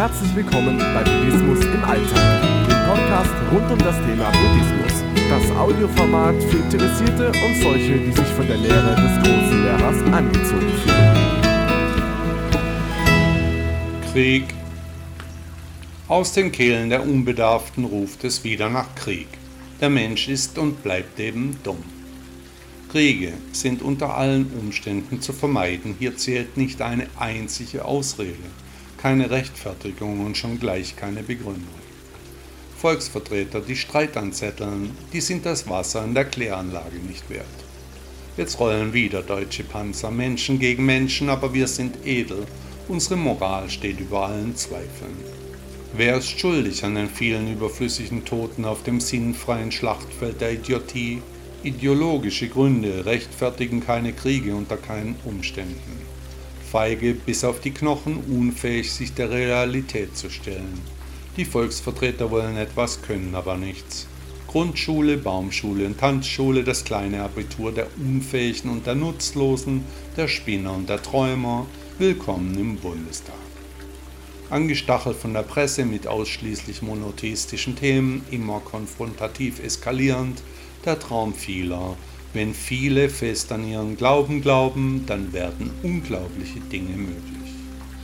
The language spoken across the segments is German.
Herzlich willkommen bei Buddhismus im Alltag, dem Podcast rund um das Thema Buddhismus. Das Audioformat für Interessierte und solche, die sich von der Lehre des großen Lehrers angezogen fühlen. Krieg. Aus den Kehlen der Unbedarften ruft es wieder nach Krieg. Der Mensch ist und bleibt eben dumm. Kriege sind unter allen Umständen zu vermeiden. Hier zählt nicht eine einzige Ausrede, keine Rechtfertigung und schon gleich keine Begründung. Volksvertreter, die Streit anzetteln, die sind das Wasser in der Kläranlage nicht wert. Jetzt rollen wieder deutsche Panzer, Menschen gegen Menschen, aber wir sind edel. Unsere Moral steht über allen Zweifeln. Wer ist schuldig an den vielen überflüssigen Toten auf dem sinnfreien Schlachtfeld der Idiotie? Ideologische Gründe rechtfertigen keine Kriege unter keinen Umständen. Feige bis auf die Knochen, unfähig sich der Realität zu stellen. Die Volksvertreter wollen etwas, können aber nichts. Grundschule, Baumschule und Tanzschule, das kleine Abitur der Unfähigen und der Nutzlosen, der Spinner und der Träumer, willkommen im Bundestag. Angestachelt von der Presse mit ausschließlich monotheistischen Themen, immer konfrontativ eskalierend, der Traum vieler. Wenn viele fest an ihren Glauben glauben, dann werden unglaubliche Dinge möglich.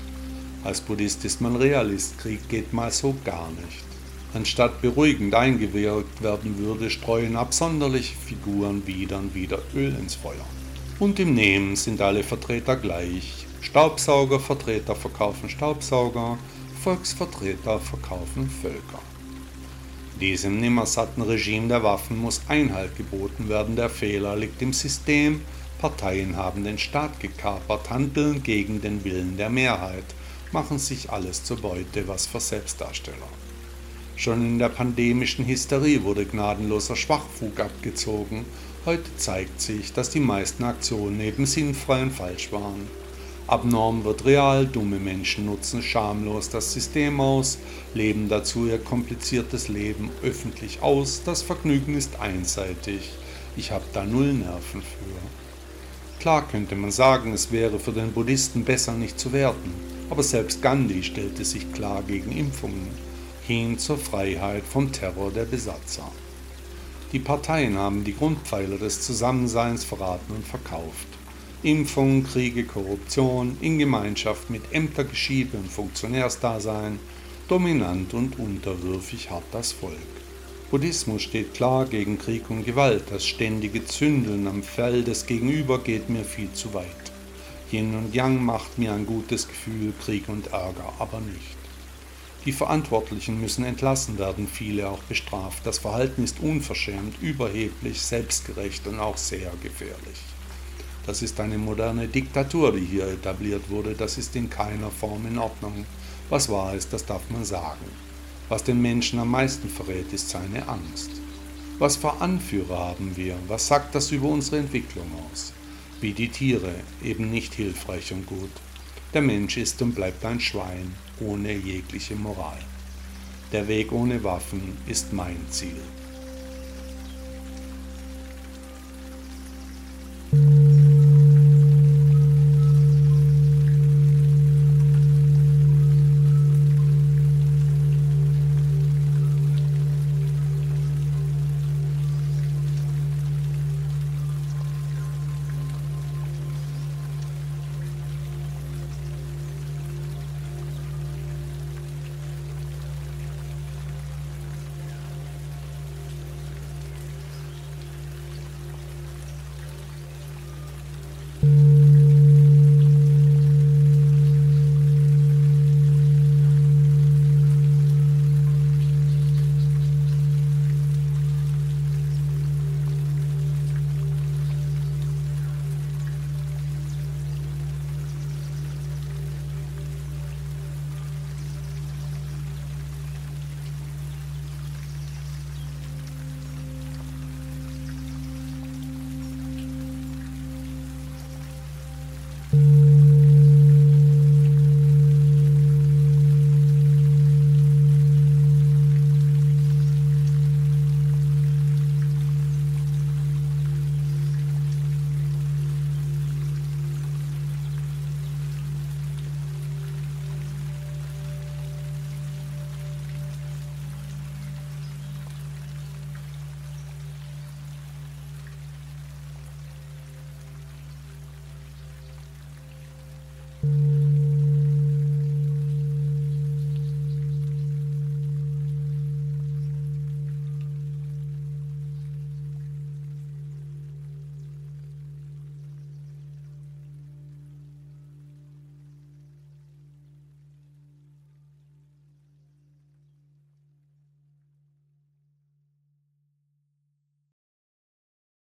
Als Buddhist ist man Realist, Krieg geht mal so gar nicht. Anstatt beruhigend eingewirkt werden würde, streuen absonderliche Figuren wieder und wieder Öl ins Feuer. Und im Nehmen sind alle Vertreter gleich. Staubsaugervertreter verkaufen Staubsauger, Volksvertreter verkaufen Völker. Diesem nimmersatten Regime der Waffen muss Einhalt geboten werden. Der Fehler liegt im System. Parteien haben den Staat gekapert, handeln gegen den Willen der Mehrheit, machen sich alles zur Beute, was für Selbstdarsteller. Schon in der pandemischen Hysterie wurde gnadenloser Schwachfug abgezogen. Heute zeigt sich, dass die meisten Aktionen eben sinnfrei und falsch waren. Abnorm wird real, dumme Menschen nutzen schamlos das System aus, leben dazu ihr kompliziertes Leben öffentlich aus, das Vergnügen ist einseitig, ich habe da null Nerven für. Klar könnte man sagen, es wäre für den Buddhisten besser nicht zu werten, aber selbst Gandhi stellte sich klar gegen Impfungen, hin zur Freiheit vom Terror der Besatzer. Die Parteien haben die Grundpfeiler des Zusammenseins verraten und verkauft. Impfung, Kriege, Korruption, in Gemeinschaft mit Ämtergeschiebe und Funktionärsdasein, dominant und unterwürfig hart das Volk. Buddhismus steht klar gegen Krieg und Gewalt, das ständige Zündeln am Fell des Gegenüber geht mir viel zu weit. Yin und Yang macht mir ein gutes Gefühl, Krieg und Ärger aber nicht. Die Verantwortlichen müssen entlassen werden, viele auch bestraft. Das Verhalten ist unverschämt, überheblich, selbstgerecht und auch sehr gefährlich. Das ist eine moderne Diktatur, die hier etabliert wurde. Das ist in keiner Form in Ordnung. Was wahr ist, das darf man sagen. Was den Menschen am meisten verrät, ist seine Angst. Was für Anführer haben wir? Was sagt das über unsere Entwicklung aus? Wie die Tiere, eben nicht hilfreich und gut. Der Mensch ist und bleibt ein Schwein, ohne jegliche Moral. Der Weg ohne Waffen ist mein Ziel.